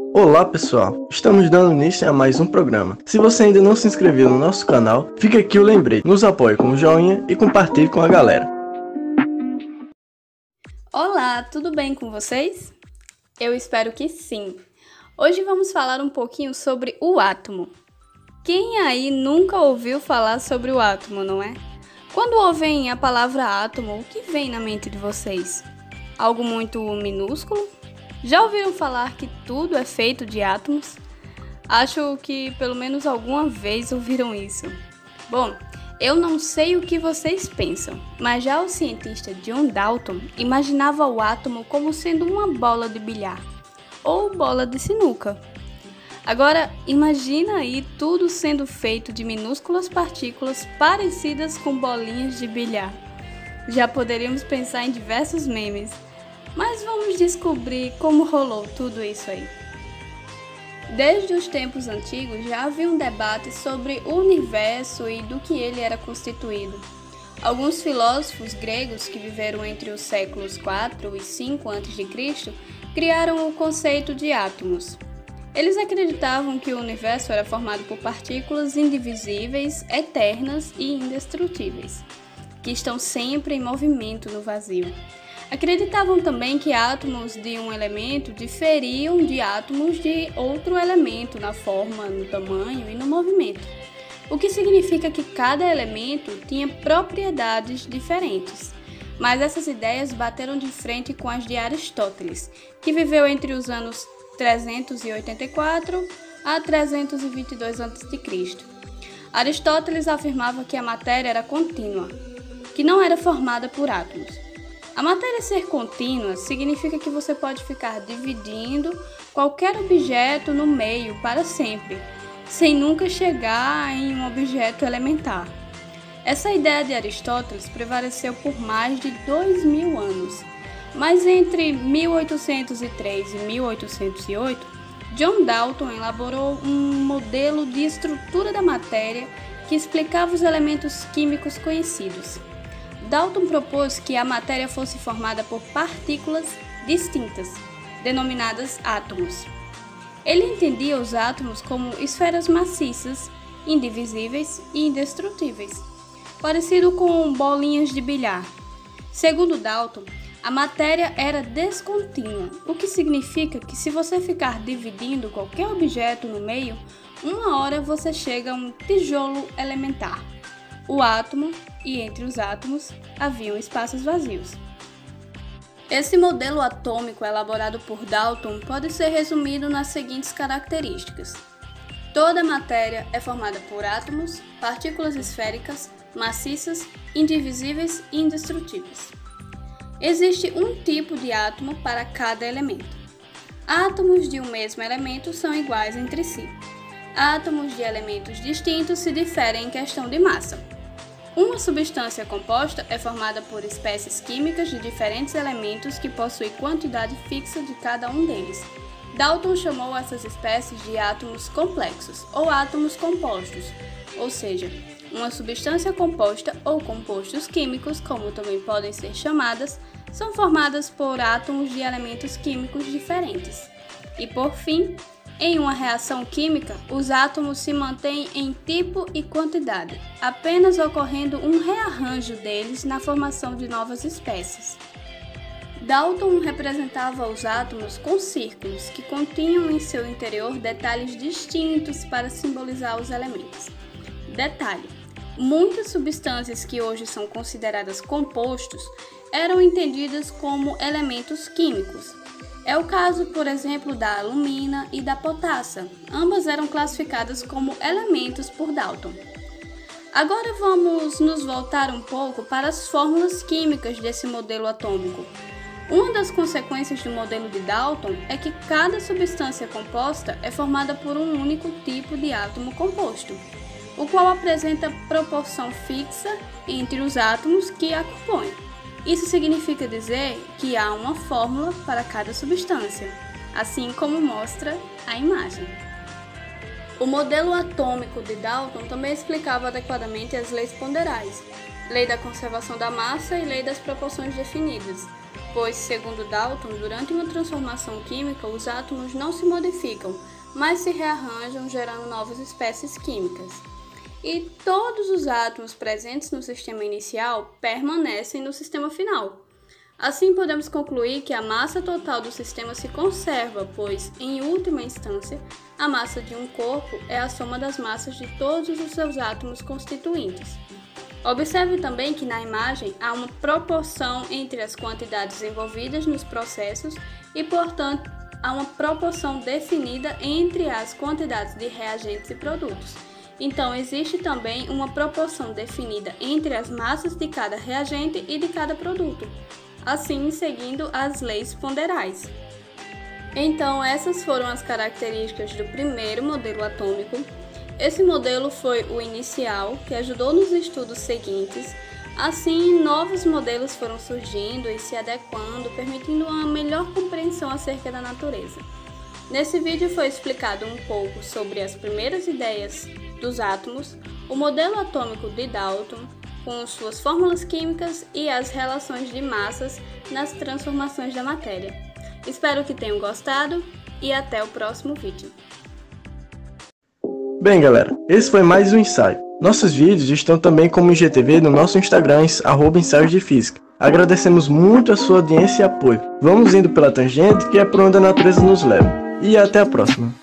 Olá pessoal, estamos dando início a mais um programa. Se você ainda não se inscreveu no nosso canal, fica aqui o lembrete, nos apoie com o joinha e compartilhe com a galera. Olá, tudo bem com vocês? Eu espero que sim. Hoje vamos falar um pouquinho sobre o átomo. Quem aí nunca ouviu falar sobre o átomo, não é? Quando ouvem a palavra átomo, o que vem na mente de vocês? Algo muito minúsculo? Já ouviram falar que tudo é feito de átomos? Acho que pelo menos alguma vez ouviram isso. Bom, eu não sei o que vocês pensam, mas já o cientista John Dalton imaginava o átomo como sendo uma bola de bilhar ou bola de sinuca. Agora, imagina aí tudo sendo feito de minúsculas partículas parecidas com bolinhas de bilhar. Já poderíamos pensar em diversos memes. Mas vamos descobrir como rolou tudo isso aí. Desde os tempos antigos já havia um debate sobre o universo e do que ele era constituído. Alguns filósofos gregos que viveram entre os séculos 4 e 5 a.C. criaram o conceito de átomos. Eles acreditavam que o universo era formado por partículas indivisíveis, eternas e indestrutíveis, que estão sempre em movimento no vazio. Acreditavam também que átomos de um elemento diferiam de átomos de outro elemento na forma, no tamanho e no movimento, o que significa que cada elemento tinha propriedades diferentes. Mas essas ideias bateram de frente com as de Aristóteles, que viveu entre os anos 384 a 322 a.C. Aristóteles afirmava que a matéria era contínua, que não era formada por átomos. A matéria ser contínua significa que você pode ficar dividindo qualquer objeto no meio para sempre, sem nunca chegar em um objeto elementar. Essa ideia de Aristóteles prevaleceu por mais de 2000 anos, mas entre 1803 e 1808, John Dalton elaborou um modelo de estrutura da matéria que explicava os elementos químicos conhecidos. Dalton propôs que a matéria fosse formada por partículas distintas, denominadas átomos. Ele entendia os átomos como esferas maciças, indivisíveis e indestrutíveis, parecido com bolinhas de bilhar. Segundo Dalton, a matéria era descontínua, o que significa que se você ficar dividindo qualquer objeto no meio, uma hora você chega a um tijolo elementar, o átomo, e entre os átomos haviam espaços vazios. Esse modelo atômico elaborado por Dalton pode ser resumido nas seguintes características. Toda matéria é formada por átomos, partículas esféricas, maciças, indivisíveis e indestrutíveis. Existe um tipo de átomo para cada elemento. Átomos de um mesmo elemento são iguais entre si. Átomos de elementos distintos se diferem em questão de massa. Uma substância composta é formada por espécies químicas de diferentes elementos que possuem quantidade fixa de cada um deles. Dalton chamou essas espécies de átomos complexos ou átomos compostos, ou seja, uma substância composta ou compostos químicos, como também podem ser chamadas, são formadas por átomos de elementos químicos diferentes. E por fim, em uma reação química, os átomos se mantêm em tipo e quantidade, apenas ocorrendo um rearranjo deles na formação de novas espécies. Dalton representava os átomos com círculos que continham em seu interior detalhes distintos para simbolizar os elementos. Detalhe: muitas substâncias que hoje são consideradas compostos eram entendidas como elementos químicos. É o caso, por exemplo, da alumina e da potassa. Ambas eram classificadas como elementos por Dalton. Agora vamos nos voltar um pouco para as fórmulas químicas desse modelo atômico. Uma das consequências do modelo de Dalton é que cada substância composta é formada por um único tipo de átomo composto, o qual apresenta proporção fixa entre os átomos que a compõem. Isso significa dizer que há uma fórmula para cada substância, assim como mostra a imagem. O modelo atômico de Dalton também explicava adequadamente as leis ponderais, lei da conservação da massa e lei das proporções definidas. pois, segundo Dalton, durante uma transformação química, os átomos não se modificam, mas se rearranjam, gerando novas espécies químicas. E todos os átomos presentes no sistema inicial permanecem no sistema final. Assim, podemos concluir que a massa total do sistema se conserva, pois, em última instância, a massa de um corpo é a soma das massas de todos os seus átomos constituintes. Observe também que na imagem há uma proporção entre as quantidades envolvidas nos processos e, portanto, há uma proporção definida entre as quantidades de reagentes e produtos. Então, existe também uma proporção definida entre as massas de cada reagente e de cada produto, assim seguindo as leis ponderais. Então, essas foram as características do primeiro modelo atômico. Esse modelo foi o inicial, que ajudou nos estudos seguintes. Assim, novos modelos foram surgindo e se adequando, permitindo uma melhor compreensão acerca da natureza. Nesse vídeo foi explicado um pouco sobre as primeiras ideias dos átomos, o modelo atômico de Dalton, com suas fórmulas químicas e as relações de massas nas transformações da matéria. Espero que tenham gostado e até o próximo vídeo. Bem, galera, esse foi mais um ensaio. Nossos vídeos estão também como IGTV no nosso Instagram, @ensaiosdefísica. Agradecemos muito a sua audiência e apoio. Vamos indo pela tangente, que é por onde a natureza nos leva. E até a próxima.